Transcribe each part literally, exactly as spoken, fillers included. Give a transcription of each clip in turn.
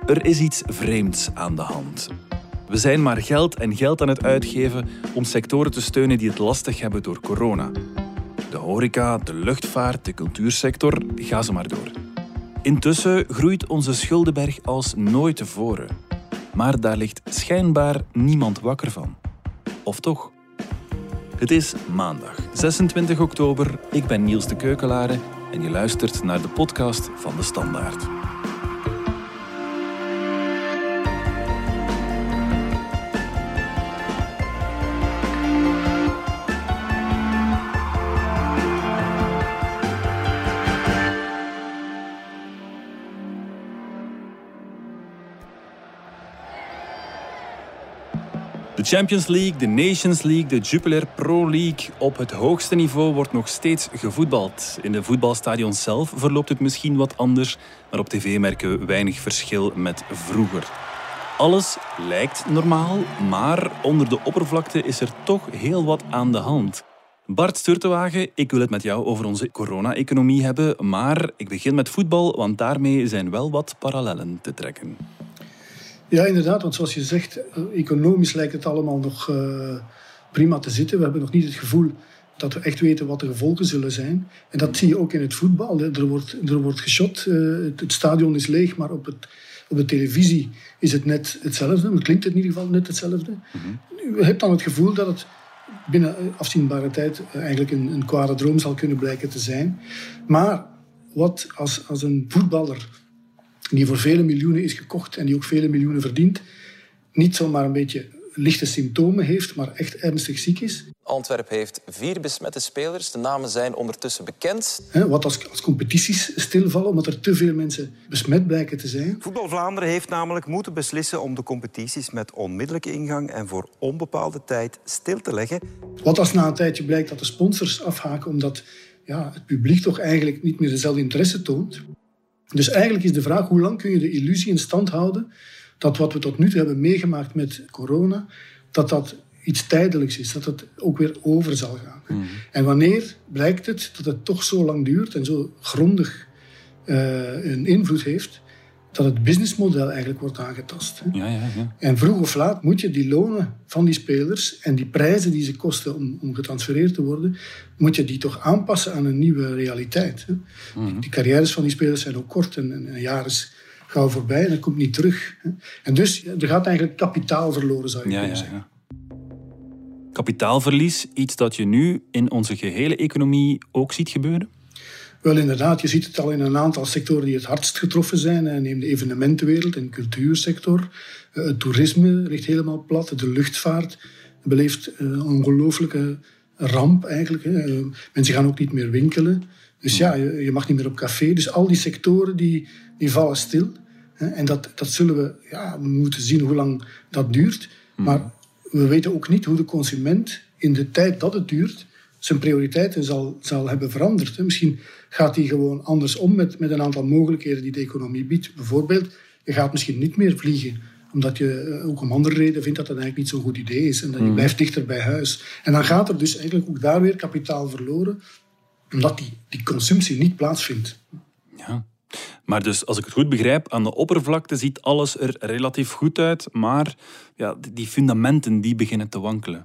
Er is iets vreemds aan de hand. We zijn maar geld en geld aan het uitgeven om sectoren te steunen die het lastig hebben door corona. De horeca, de luchtvaart, de cultuursector, ga ze maar door. Intussen groeit onze schuldenberg als nooit tevoren. Maar daar ligt schijnbaar niemand wakker van. Of toch? Het is maandag, zesentwintig oktober. Ik ben Niels de Keukelare en je luistert naar de podcast van De Standaard. De Champions League, de Nations League, de Jupiler Pro League. Op het hoogste niveau wordt nog steeds gevoetbald. In de voetbalstadions zelf verloopt het misschien wat anders, maar op tv merken we weinig verschil met vroeger. Alles lijkt normaal, maar onder de oppervlakte is er toch heel wat aan de hand. Bart Sturtewagen, ik wil het met jou over onze corona-economie hebben, maar ik begin met voetbal, want daarmee zijn wel wat parallellen te trekken. Ja, inderdaad, want zoals je zegt, economisch lijkt het allemaal nog uh, prima te zitten. We hebben nog niet het gevoel dat we echt weten wat de gevolgen zullen zijn. En dat zie je ook in het voetbal. Er wordt, er wordt geshot, uh, het, het stadion is leeg, maar op, het, op de televisie is het net hetzelfde. Het klinkt in ieder geval net hetzelfde. Mm-hmm. Je hebt dan het gevoel dat het binnen afzienbare tijd eigenlijk een, een kwade droom zal kunnen blijken te zijn. Maar wat als, als een voetballer die voor vele miljoenen is gekocht en die ook vele miljoenen verdient, niet zomaar een beetje lichte symptomen heeft, maar echt ernstig ziek is. Antwerpen heeft vier besmette spelers. De namen zijn ondertussen bekend. Wat als, als competities stilvallen, omdat er te veel mensen besmet blijken te zijn. Voetbal Vlaanderen heeft namelijk moeten beslissen om de competities met onmiddellijke ingang en voor onbepaalde tijd stil te leggen. Wat als na een tijdje blijkt dat de sponsors afhaken, omdat ja, het publiek toch eigenlijk niet meer dezelfde interesse toont. Dus eigenlijk is de vraag, hoe lang kun je de illusie in stand houden dat wat we tot nu toe hebben meegemaakt met corona, dat dat iets tijdelijks is, dat het ook weer over zal gaan. Mm. En wanneer blijkt het dat het toch zo lang duurt en zo grondig uh, een invloed heeft, dat het businessmodel eigenlijk wordt aangetast. Ja, ja, ja. En vroeg of laat moet je die lonen van die spelers en die prijzen die ze kosten om, om getransfereerd te worden, moet je die toch aanpassen aan een nieuwe realiteit. Hè. Mm-hmm. Die, die carrières van die spelers zijn ook kort en, en een jaar is gauw voorbij en dat komt niet terug. Hè. En dus er gaat eigenlijk kapitaal verloren, zou je ja, kunnen ja, zeggen. Ja. Kapitaalverlies, iets dat je nu in onze gehele economie ook ziet gebeuren? Wel inderdaad, je ziet het al in een aantal sectoren die het hardst getroffen zijn. Neem de evenementenwereld en de cultuursector. Het toerisme ligt helemaal plat. De luchtvaart beleeft een ongelooflijke ramp eigenlijk. Mensen gaan ook niet meer winkelen. Dus ja, je mag niet meer op café. Dus al die sectoren die, die vallen stil. En dat, dat zullen we, ja, we moeten zien hoe lang dat duurt. Maar we weten ook niet hoe de consument in de tijd dat het duurt zijn prioriteiten zal, zal hebben veranderd. Misschien gaat hij gewoon anders om met, met een aantal mogelijkheden die de economie biedt. Bijvoorbeeld, je gaat misschien niet meer vliegen, omdat je ook om andere redenen vindt dat dat eigenlijk niet zo'n goed idee is. En dat je mm. blijft dichter bij huis. En dan gaat er dus eigenlijk ook daar weer kapitaal verloren, omdat die, die consumptie niet plaatsvindt. Ja. Maar dus, als ik het goed begrijp, aan de oppervlakte ziet alles er relatief goed uit, maar ja, die fundamenten die beginnen te wankelen.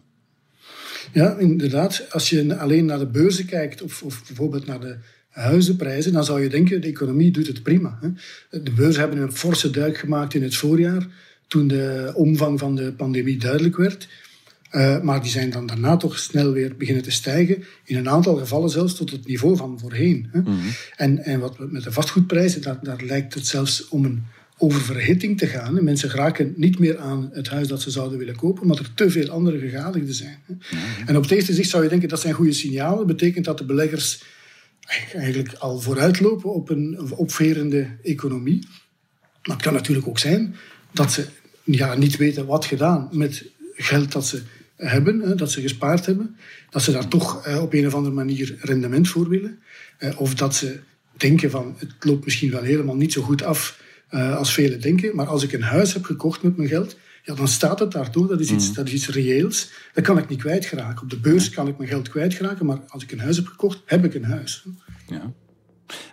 Ja, inderdaad. Als je alleen naar de beurzen kijkt of, of bijvoorbeeld naar de huizenprijzen, dan zou je denken, de economie doet het prima. Hè. De beurzen hebben een forse duik gemaakt in het voorjaar, toen de omvang van de pandemie duidelijk werd. Uh, maar die zijn dan daarna toch snel weer beginnen te stijgen. In een aantal gevallen zelfs tot het niveau van voorheen. Hè. Mm-hmm. En, en wat met de vastgoedprijzen, daar, daar lijkt het zelfs om een oververhitting te gaan. Mensen geraken niet meer aan het huis dat ze zouden willen kopen, omdat er te veel andere gegadigden zijn. Mm-hmm. En op het eerste zicht zou je denken, dat zijn goede signalen. Dat betekent dat de beleggers eigenlijk al vooruitlopen op een opverende economie. Maar het kan natuurlijk ook zijn dat ze ja, niet weten wat gedaan met geld dat ze hebben, dat ze gespaard hebben, dat ze daar toch op een of andere manier rendement voor willen. Of dat ze denken van, het loopt misschien wel helemaal niet zo goed af als velen denken, maar als ik een huis heb gekocht met mijn geld, ja, dan staat het daar toch. Dat is iets, dat is iets reëels. Dat kan ik niet kwijtgeraken. Op de beurs kan ik mijn geld kwijtgeraken, maar als ik een huis heb gekocht, heb ik een huis. Ja.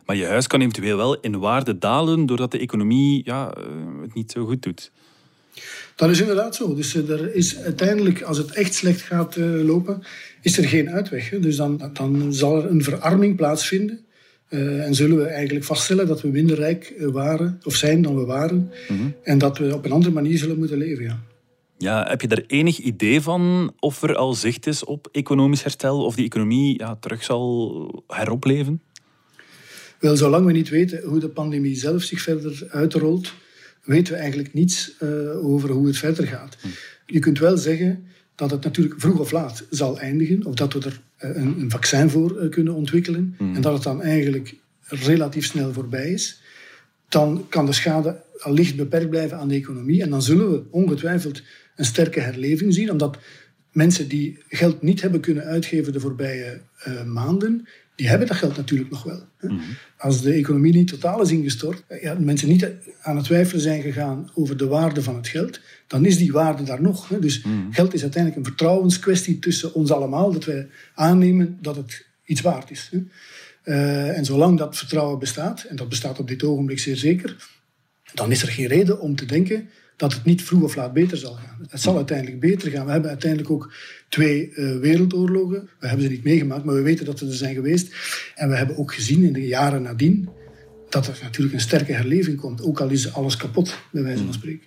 Maar je huis kan eventueel wel in waarde dalen doordat de economie ja, het niet zo goed doet. Dat is inderdaad zo. Dus er is uiteindelijk, als het echt slecht gaat uh, lopen, is er geen uitweg. Hè. Dus dan, dan zal er een verarming plaatsvinden. Uh, en zullen we eigenlijk vaststellen dat we minder rijk waren, of zijn dan we waren. Mm-hmm. En dat we op een andere manier zullen moeten leven, ja. Ja, heb je daar enig idee van of er al zicht is op economisch herstel? Of die economie ja, terug zal heropleven? Wel, zolang we niet weten hoe de pandemie zelf zich verder uitrolt, weten we eigenlijk niets uh, over hoe het verder gaat. Hm. Je kunt wel zeggen dat het natuurlijk vroeg of laat zal eindigen, of dat we er uh, een, een vaccin voor uh, kunnen ontwikkelen, hm. en dat het dan eigenlijk relatief snel voorbij is. Dan kan de schade allicht beperkt blijven aan de economie en dan zullen we ongetwijfeld een sterke herleving zien, omdat mensen die geld niet hebben kunnen uitgeven de voorbije uh, maanden, die hebben dat geld natuurlijk nog wel. Hè. Mm-hmm. Als de economie niet totaal is ingestort, ja, mensen niet aan het twijfelen zijn gegaan over de waarde van het geld, dan is die waarde daar nog. Hè. Dus mm-hmm. geld is uiteindelijk een vertrouwenskwestie tussen ons allemaal, dat wij aannemen dat het iets waard is. Hè. Uh, en zolang dat vertrouwen bestaat, en dat bestaat op dit ogenblik zeer zeker, dan is er geen reden om te denken dat het niet vroeg of laat beter zal gaan. Het zal uiteindelijk beter gaan. We hebben uiteindelijk ook twee uh, wereldoorlogen. We hebben ze niet meegemaakt, maar we weten dat ze er zijn geweest. En we hebben ook gezien in de jaren nadien dat er natuurlijk een sterke herleving komt. Ook al is alles kapot, bij wijze van spreken.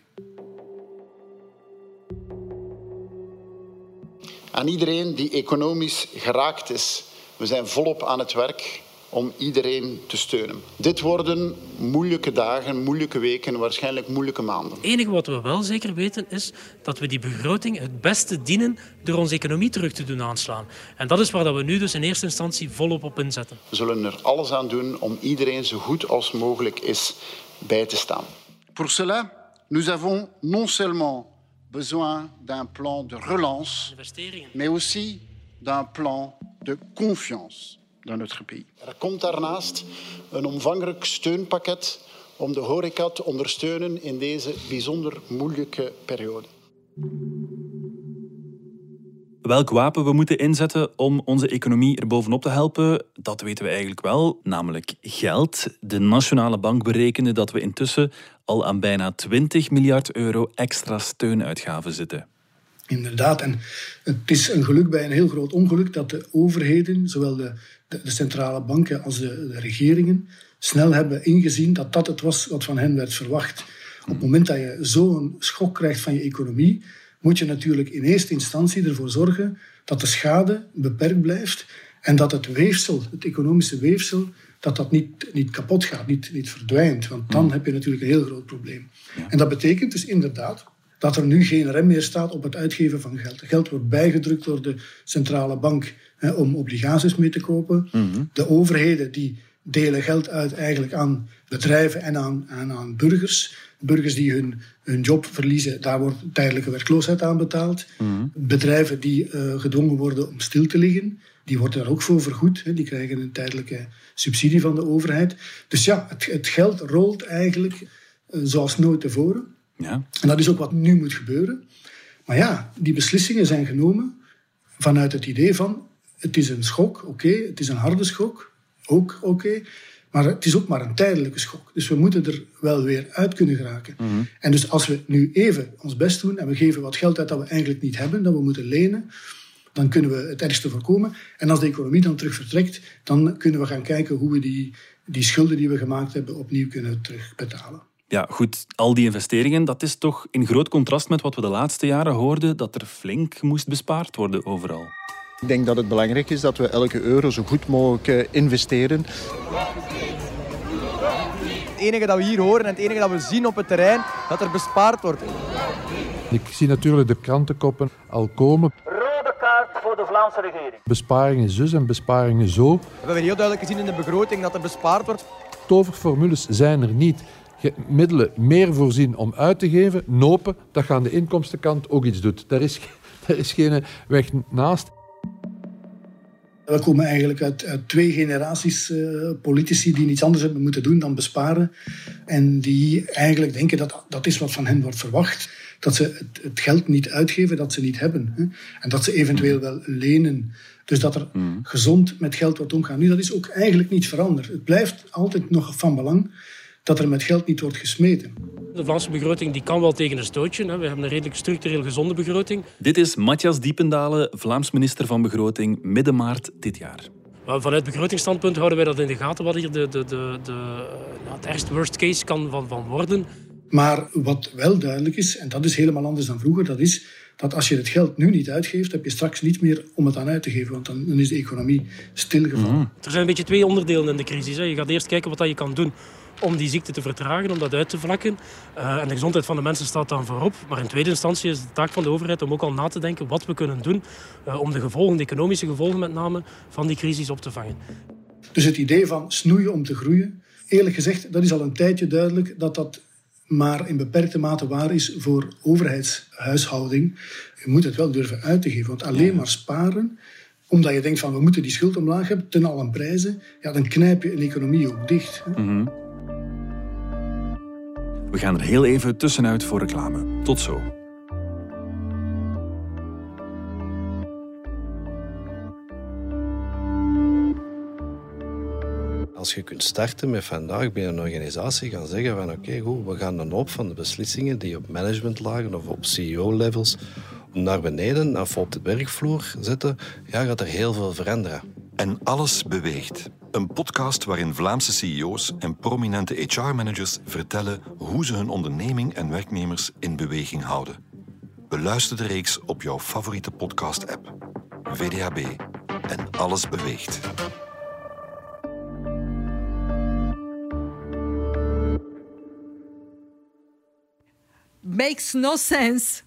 Aan iedereen die economisch geraakt is, we zijn volop aan het werk om iedereen te steunen. Dit worden moeilijke dagen, moeilijke weken, waarschijnlijk moeilijke maanden. Het enige wat we wel zeker weten is dat we die begroting het beste dienen door onze economie terug te doen aanslaan. En dat is waar we nu dus in eerste instantie volop op inzetten. We zullen er alles aan doen om iedereen zo goed als mogelijk is bij te staan. Pour cela, nous avons non seulement besoin d'un plan de relance, mais aussi d'un plan de confiance dans notre pays. Er komt daarnaast een omvangrijk steunpakket om de horeca te ondersteunen in deze bijzonder moeilijke periode. Welk wapen we moeten inzetten om onze economie er bovenop te helpen, dat weten we eigenlijk wel, namelijk geld. De Nationale Bank berekende dat we intussen al aan bijna twintig miljard euro extra steunuitgaven zitten. Inderdaad, en het is een geluk bij een heel groot ongeluk dat de overheden, zowel de, de, de centrale banken als de, de regeringen, snel hebben ingezien dat dat het was wat van hen werd verwacht. Op het moment dat je zo'n schok krijgt van je economie, moet je natuurlijk in eerste instantie ervoor zorgen dat de schade beperkt blijft en dat het weefsel, het economische weefsel, dat dat niet, niet kapot gaat, niet, niet verdwijnt. Want dan heb je natuurlijk een heel groot probleem. En dat betekent dus inderdaad dat er nu geen rem meer staat op het uitgeven van geld. Geld wordt bijgedrukt door de centrale bank hè, om obligaties mee te kopen. Mm-hmm. De overheden die delen geld uit eigenlijk aan bedrijven en aan, aan, aan burgers. Burgers die hun, hun job verliezen, daar wordt tijdelijke werkloosheid aan betaald. Mm-hmm. Bedrijven die uh, gedwongen worden om stil te liggen, die worden daar ook voor vergoed. Hè. Die krijgen een tijdelijke subsidie van de overheid. Dus ja, het, het geld rolt eigenlijk uh, zoals nooit tevoren. Ja. En dat is ook wat nu moet gebeuren. Maar ja, die beslissingen zijn genomen vanuit het idee van het is een schok, oké, okay, het is een harde schok, ook oké, okay, maar het is ook maar een tijdelijke schok. Dus we moeten er wel weer uit kunnen geraken. Mm-hmm. En dus als we nu even ons best doen en we geven wat geld uit dat we eigenlijk niet hebben, dat we moeten lenen, dan kunnen we het ergste voorkomen. En als de economie dan terug vertrekt, dan kunnen we gaan kijken hoe we die, die schulden die we gemaakt hebben opnieuw kunnen terugbetalen. Ja, goed, al die investeringen, dat is toch in groot contrast met wat we de laatste jaren hoorden, dat er flink moest bespaard worden overal. Ik denk dat het belangrijk is dat we elke euro zo goed mogelijk investeren. Het enige dat we hier horen en het enige dat we zien op het terrein, dat er bespaard wordt. Ik zie natuurlijk de krantenkoppen al komen. Rode kaart voor de Vlaamse regering. Besparingen zus en besparingen zo. We hebben heel duidelijk gezien in de begroting dat er bespaard wordt. Toverformules zijn er niet. Middelen meer voorzien om uit te geven, nopen, dat je aan de inkomstenkant ook iets doet. Daar is, daar is geen weg naast. We komen eigenlijk uit, uit twee generaties uh, politici die niets anders hebben moeten doen dan besparen. En die eigenlijk denken dat dat is wat van hen wordt verwacht. dat ze het, het geld niet uitgeven dat ze niet hebben. Hè. En dat ze eventueel wel lenen. Dus dat er mm. gezond met geld wordt omgaan. Nu, dat is ook eigenlijk niet veranderd. Het blijft altijd nog van belang dat er met geld niet wordt gesmeten. De Vlaamse begroting die kan wel tegen een stootje. Hè. We hebben een redelijk structureel gezonde begroting. Dit is Matthias Diependalen, Vlaams minister van Begroting, midden maart dit jaar. Vanuit begrotingsstandpunt houden wij dat in de gaten, wat hier de, de, de, de, nou, het ergste worst case kan van, van worden. Maar wat wel duidelijk is, en dat is helemaal anders dan vroeger, dat is dat als je het geld nu niet uitgeeft, heb je straks niet meer om het aan uit te geven, want dan, dan is de economie stilgevallen. Mm-hmm. Er zijn een beetje twee onderdelen in de crisis. Hè. Je gaat eerst kijken wat je kan doen om die ziekte te vertragen, om dat uit te vlakken. Uh, en de gezondheid van de mensen staat dan voorop. Maar in tweede instantie is het de taak van de overheid om ook al na te denken wat we kunnen doen uh, om de gevolgen, de economische gevolgen met name, van die crisis op te vangen. Dus het idee van snoeien om te groeien, eerlijk gezegd, dat is al een tijdje duidelijk dat dat maar in beperkte mate waar is voor overheidshuishouding. Je moet het wel durven uit te geven, want alleen maar sparen, omdat je denkt van we moeten die schuld omlaag hebben, ten allen prijze, ja, dan knijp je een economie ook dicht. Mm-hmm. We gaan er heel even tussenuit voor reclame. Tot zo. Als je kunt starten met vandaag binnen een organisatie gaan zeggen van oké, okay, goed, we gaan een hoop van de beslissingen die op managementlagen of op C E O-levels naar beneden of op de werkvloer zetten, ja, gaat er heel veel veranderen. En alles beweegt. Een podcast waarin Vlaamse C E O's en prominente H R-managers vertellen hoe ze hun onderneming en werknemers in beweging houden. Beluister de reeks op jouw favoriete podcast-app. V D A B. En alles beweegt. Makes no sense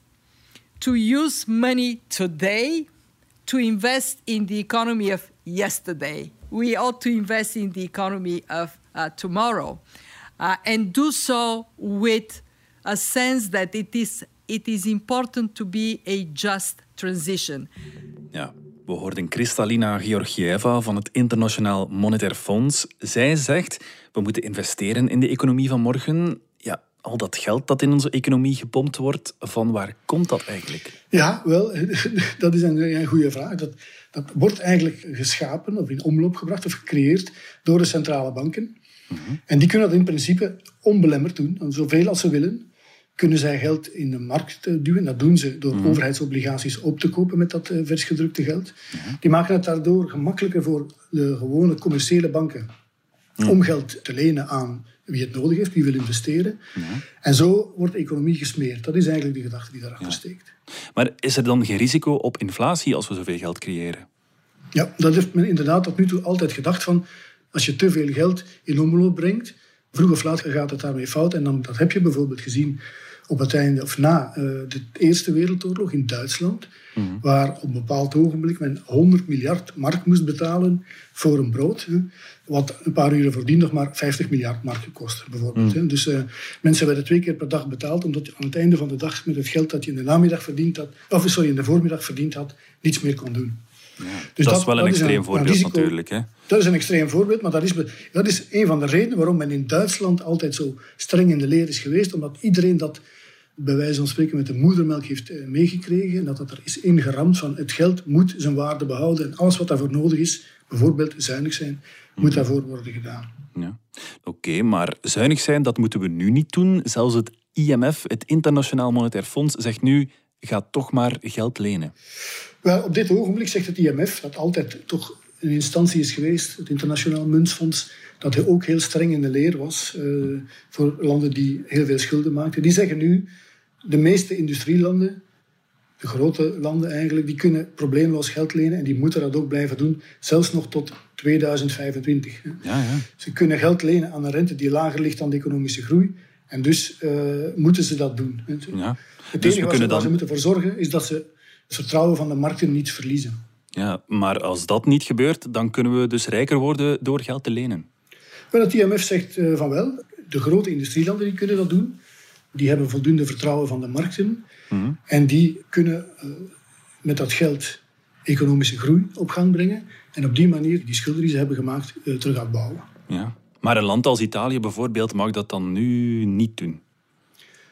to use money today to invest in the economy of yesterday. We ought to invest in the economy of uh, tomorrow, uh, and do so with a sense that it is it is important to be a just transition. Ja, we hoorden Kristalina Georgieva van het Internationaal Monetair Fonds. Zij zegt, we moeten investeren in de economie van morgen. Ja, al dat geld dat in onze economie gepompt wordt, van waar komt dat eigenlijk? Ja, wel, dat is een, een goede vraag. Dat, dat wordt eigenlijk geschapen of in omloop gebracht of gecreëerd door de centrale banken. Mm-hmm. En die kunnen dat in principe onbelemmerd doen. En zoveel als ze willen, kunnen zij geld in de markt duwen. Dat doen ze door mm-hmm. overheidsobligaties op te kopen met dat uh, versgedrukte geld. Mm-hmm. Die maken het daardoor gemakkelijker voor de gewone commerciële banken mm-hmm. om geld te lenen aan wie het nodig heeft, wie wil investeren. Ja. En zo wordt de economie gesmeerd. Dat is eigenlijk de gedachte die daarachter ja. steekt. Maar is er dan geen risico op inflatie als we zoveel geld creëren? Ja, dat heeft men inderdaad tot nu toe altijd gedacht van als je te veel geld in omloop brengt, vroeg of laat gaat het daarmee fout. En dan, dat heb je bijvoorbeeld gezien op het einde of na uh, de Eerste Wereldoorlog in Duitsland, mm-hmm. waar op een bepaald ogenblik men honderd miljard mark moest betalen voor een brood. Hè, wat een paar uren voordien nog maar vijftig miljard mark kostte, bijvoorbeeld. Mm. Hè. Dus uh, mensen werden twee keer per dag betaald, omdat je aan het einde van de dag met het geld dat je in de namiddag verdiend had, of sorry, in de voormiddag verdiend had, niets meer kon doen. Ja, dus dat, dat is wel een dat extreem een, voorbeeld een risico, natuurlijk. Hè? Dat is een extreem voorbeeld, maar dat is, dat is een van de redenen waarom men in Duitsland altijd zo streng in de leer is geweest, omdat iedereen dat bij wijze van spreken met de moedermelk heeft uh, meegekregen en dat dat er is ingeramd van het geld moet zijn waarde behouden en alles wat daarvoor nodig is, bijvoorbeeld zuinig zijn, moet daarvoor worden gedaan. Ja. Oké, okay, maar zuinig zijn, dat moeten we nu niet doen. Zelfs het I M F, het Internationaal Monetair Fonds, zegt nu, ga toch maar geld lenen. Wel, op dit ogenblik zegt het I M F, dat altijd toch een instantie is geweest, het Internationaal Muntfonds, dat hij ook heel streng in de leer was uh, voor landen die heel veel schulden maakten. Die zeggen nu, de meeste industrielanden, de grote landen eigenlijk, die kunnen probleemloos geld lenen en die moeten dat ook blijven doen, zelfs nog tot tweeduizend vijfentwintig. Ja, ja. Ze kunnen geld lenen aan een rente die lager ligt dan de economische groei en dus uh, moeten ze dat doen. Ja. Het dus enige wat ze, dan... ze moeten voor zorgen is dat ze het vertrouwen van de markten niet verliezen. Ja, maar als dat niet gebeurt, dan kunnen we dus rijker worden door geld te lenen. Wel, het I M F zegt uh, van wel, de grote industrielanden die kunnen dat doen. Die hebben voldoende vertrouwen van de markten. Mm-hmm. En die kunnen uh, met dat geld economische groei op gang brengen. En op die manier die schulden die ze hebben gemaakt uh, terug afbouwen. Ja. Maar een land als Italië bijvoorbeeld mag dat dan nu niet doen?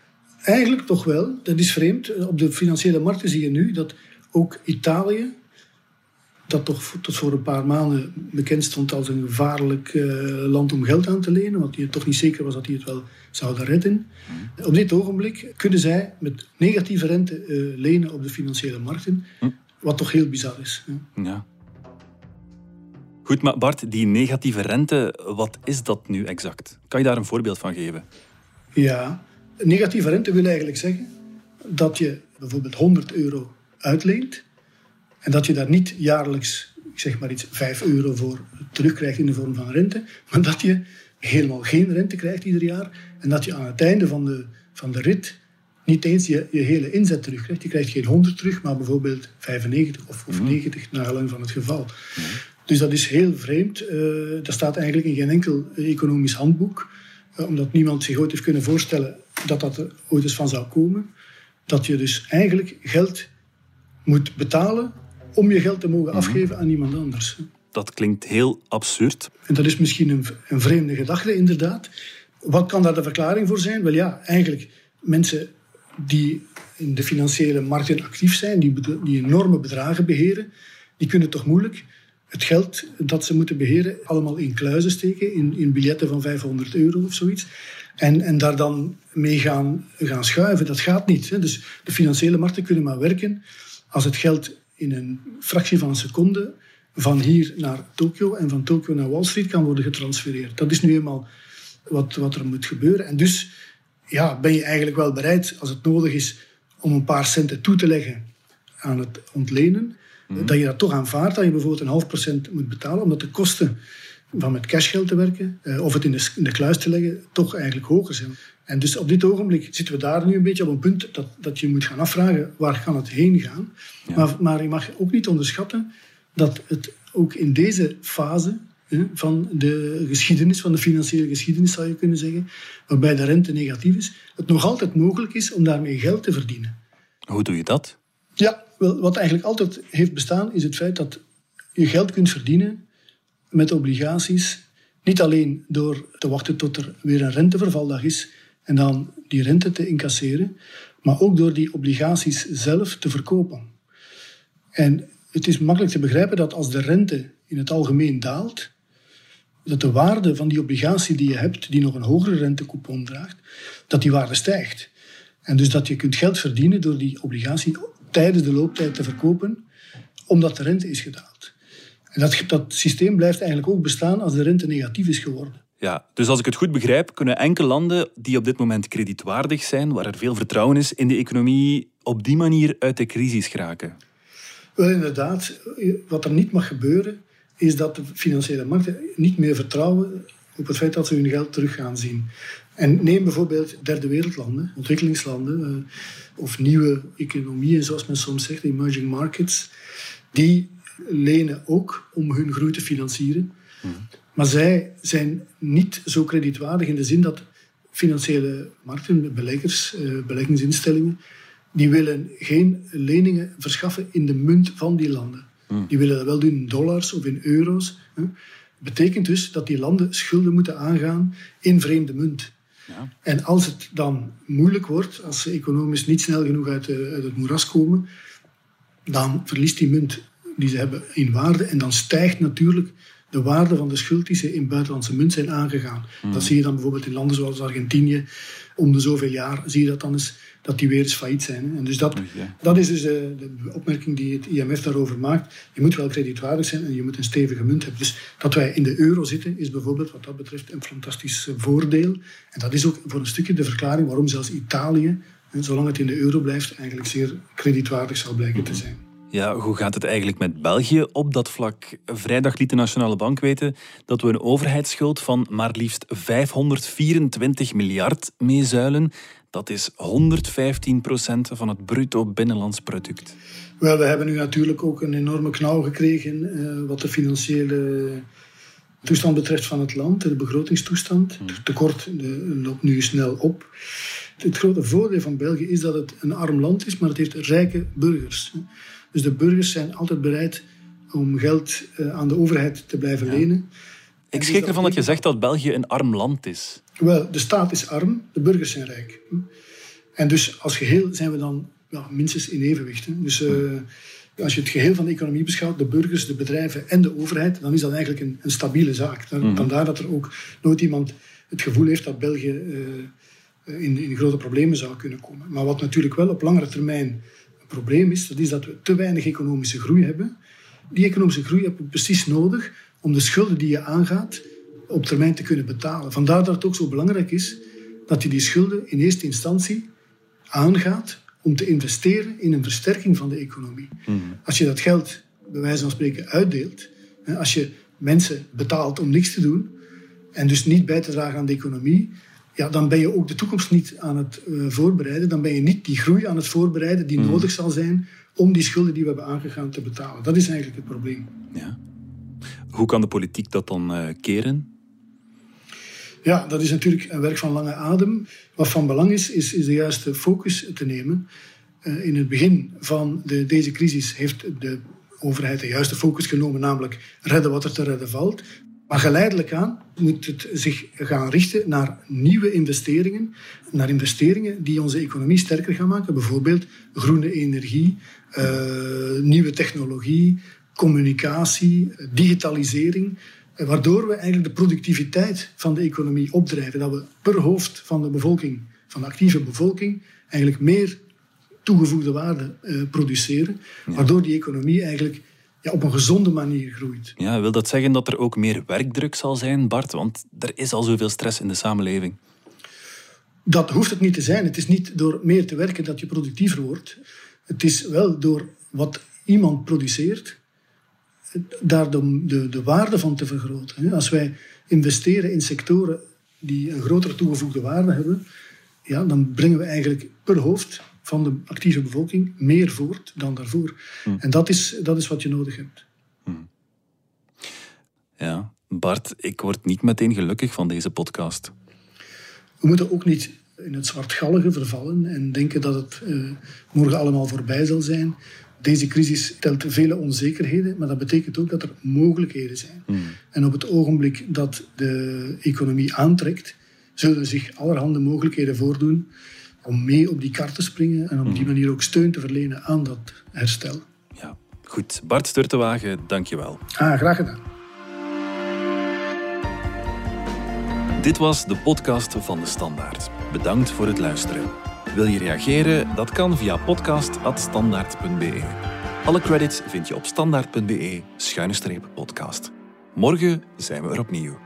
Eigenlijk toch wel. Dat is vreemd. Op de financiële markten zie je nu dat ook Italië, dat toch tot voor een paar maanden bekend stond als een gevaarlijk uh, land om geld aan te lenen, want die toch niet zeker was dat die het wel zouden redden. Mm. Op dit ogenblik kunnen zij met negatieve rente uh, lenen op de financiële markten, mm. wat toch heel bizar is. Ja. Ja. Goed, maar Bart, die negatieve rente, wat is dat nu exact? Kan je daar een voorbeeld van geven? Ja, negatieve rente wil eigenlijk zeggen dat je bijvoorbeeld honderd euro uitleent en dat je daar niet jaarlijks, ik zeg maar iets, vijf euro voor terugkrijgt in de vorm van rente, maar dat je helemaal geen rente krijgt ieder jaar en dat je aan het einde van de, van de rit niet eens je, je hele inzet terugkrijgt. Je krijgt geen honderd terug, maar bijvoorbeeld vijfennegentig of, of negentig, naar gelang van het geval. Mm. Dus dat is heel vreemd. Uh, dat staat eigenlijk in geen enkel economisch handboek, uh, omdat niemand zich ooit heeft kunnen voorstellen dat dat er ooit eens van zou komen. Dat je dus eigenlijk geld moet betalen om je geld te mogen afgeven aan iemand anders. Dat klinkt heel absurd. En dat is misschien een, een vreemde gedachte, inderdaad. Wat kan daar de verklaring voor zijn? Wel ja, eigenlijk mensen die in de financiële markten actief zijn, die, die enorme bedragen beheren, die kunnen toch moeilijk het geld dat ze moeten beheren allemaal in kluizen steken, in, in biljetten van vijfhonderd euro of zoiets. En, en daar dan mee gaan, gaan schuiven. Dat gaat niet. Hè. Dus de financiële markten kunnen maar werken als het geld in een fractie van een seconde van hier naar Tokio en van Tokio naar Wall Street kan worden getransfereerd. Dat is nu eenmaal wat, wat er moet gebeuren. En dus ja, ben je eigenlijk wel bereid, als het nodig is, om een paar centen toe te leggen aan het ontlenen, mm-hmm. dat je dat toch aanvaardt, dat je bijvoorbeeld een half procent moet betalen, omdat de kosten van met cashgeld te werken, of het in de, in de kluis te leggen, toch eigenlijk hoger zijn. En dus op dit ogenblik zitten we daar nu een beetje op een punt dat, dat je moet gaan afvragen, waar kan het heen gaan? Ja. Maar, maar je mag ook niet onderschatten dat het ook in deze fase hè, van de geschiedenis, van de financiële geschiedenis zou je kunnen zeggen, waarbij de rente negatief is, het nog altijd mogelijk is om daarmee geld te verdienen. Hoe doe je dat? Ja, wel, wat eigenlijk altijd heeft bestaan is het feit dat je geld kunt verdienen met obligaties, niet alleen door te wachten tot er weer een rentevervaldag is en dan die rente te incasseren, maar ook door die obligaties zelf te verkopen. En het is makkelijk te begrijpen dat als de rente in het algemeen daalt, dat de waarde van die obligatie die je hebt, die nog een hogere rentecoupon draagt, dat die waarde stijgt. En dus dat je kunt geld verdienen door die obligatie tijdens de looptijd te verkopen, omdat de rente is gedaald. En dat, dat systeem blijft eigenlijk ook bestaan als de rente negatief is geworden. Ja, dus als ik het goed begrijp, kunnen enkele landen die op dit moment kredietwaardig zijn, waar er veel vertrouwen is in de economie, op die manier uit de crisis geraken? Wel, inderdaad. Wat er niet mag gebeuren, is dat de financiële markten niet meer vertrouwen op het feit dat ze hun geld terug gaan zien. En neem bijvoorbeeld derde wereldlanden, ontwikkelingslanden, of nieuwe economieën, zoals men soms zegt, emerging markets, die lenen ook om hun groei te financieren. Mm. Maar zij zijn niet zo kredietwaardig in de zin dat financiële markten, beleggers, beleggingsinstellingen, die willen geen leningen verschaffen in de munt van die landen. Mm. Die willen dat wel doen in dollars of in euro's. Dat betekent dus dat die landen schulden moeten aangaan in vreemde munt. Ja. En als het dan moeilijk wordt, als ze economisch niet snel genoeg uit, de, uit het moeras komen, dan verliest die munt die ze hebben in waarde en dan stijgt natuurlijk de waarde van de schuld die ze in buitenlandse munt zijn aangegaan. Mm. Dat zie je dan bijvoorbeeld in landen zoals Argentinië. Om de zoveel jaar zie je dat dan eens, dat die weer eens failliet zijn. En dus dat, dat is dus de, de opmerking die het I M F daarover maakt. Je moet wel kredietwaardig zijn en je moet een stevige munt hebben. Dus dat wij in de euro zitten is bijvoorbeeld wat dat betreft een fantastisch voordeel. En dat is ook voor een stukje de verklaring waarom zelfs Italië, zolang het in de euro blijft, eigenlijk zeer kredietwaardig zal blijken te zijn. Ja, hoe gaat het eigenlijk met België op dat vlak? Vrijdag liet de Nationale Bank weten dat we een overheidsschuld van maar liefst vijfhonderdvierentwintig miljard meezuilen. Dat is honderdvijftien procent van het bruto binnenlands product. Wel, we hebben nu natuurlijk ook een enorme knauw gekregen uh, wat de financiële toestand betreft van het land, de begrotingstoestand. Het tekort de, loopt nu snel op. Het grote voordeel van België is dat het een arm land is, maar het heeft rijke burgers. Dus de burgers zijn altijd bereid om geld aan de overheid te blijven ja. lenen. Ik schrik ervan dat je zegt dat België een arm land is. Wel, de staat is arm, de burgers zijn rijk. En dus als geheel zijn we dan ja, minstens in evenwicht. Hè. Dus uh, als je het geheel van de economie beschouwt, de burgers, de bedrijven en de overheid, dan is dat eigenlijk een, een stabiele zaak. Mm-hmm. Vandaar dat er ook nooit iemand het gevoel heeft dat België uh, in, in grote problemen zou kunnen komen. Maar wat natuurlijk wel op langere termijn een probleem is, dat is dat we te weinig economische groei hebben. Die economische groei heb je precies nodig om de schulden die je aangaat op termijn te kunnen betalen. Vandaar dat het ook zo belangrijk is dat je die schulden in eerste instantie aangaat om te investeren in een versterking van de economie. Mm. Als je dat geld, bij wijze van spreken, uitdeelt, als je mensen betaalt om niks te doen en dus niet bij te dragen aan de economie, ja, dan ben je ook de toekomst niet aan het uh, voorbereiden. Dan ben je niet die groei aan het voorbereiden die mm. nodig zal zijn om die schulden die we hebben aangegaan te betalen. Dat is eigenlijk het probleem. Ja. Hoe kan de politiek dat dan uh, keren? Ja, dat is natuurlijk een werk van lange adem. Wat van belang is, is, is de juiste focus te nemen. Uh, in het begin van de, deze crisis heeft de overheid de juiste focus genomen, namelijk redden wat er te redden valt. Maar geleidelijk aan moet het zich gaan richten naar nieuwe investeringen, naar investeringen die onze economie sterker gaan maken. Bijvoorbeeld groene energie, uh, nieuwe technologie, communicatie, digitalisering, waardoor we eigenlijk de productiviteit van de economie opdrijven. Dat we per hoofd van de bevolking, van de actieve bevolking, eigenlijk meer toegevoegde waarde uh, produceren, ja. Waardoor die economie eigenlijk ja, op een gezonde manier groeit. Ja, wil dat zeggen dat er ook meer werkdruk zal zijn, Bart? Want er is al zoveel stress in de samenleving. Dat hoeft het niet te zijn. Het is niet door meer te werken dat je productiever wordt. Het is wel door wat iemand produceert, daar de, de, de waarde van te vergroten. Als wij investeren in sectoren die een grotere toegevoegde waarde hebben, ja, dan brengen we eigenlijk per hoofd van de actieve bevolking meer voort dan daarvoor. Hmm. En dat is, dat is wat je nodig hebt. Hmm. Ja, Bart, ik word niet meteen gelukkig van deze podcast. We moeten ook niet in het zwartgallige vervallen en denken dat het uh, morgen allemaal voorbij zal zijn. Deze crisis stelt vele onzekerheden, maar dat betekent ook dat er mogelijkheden zijn. Hmm. En op het ogenblik dat de economie aantrekt, zullen zich allerhande mogelijkheden voordoen om mee op die kar te springen en op die manier ook steun te verlenen aan dat herstel. Ja, goed. Bart Sturtewagen, dank je wel. Ah, graag gedaan. Dit was de podcast van De Standaard. Bedankt voor het luisteren. Wil je reageren? Dat kan via podcast at standaard punt b e. Alle credits vind je op standaard punt b e schuine streep podcast. Morgen zijn we er opnieuw.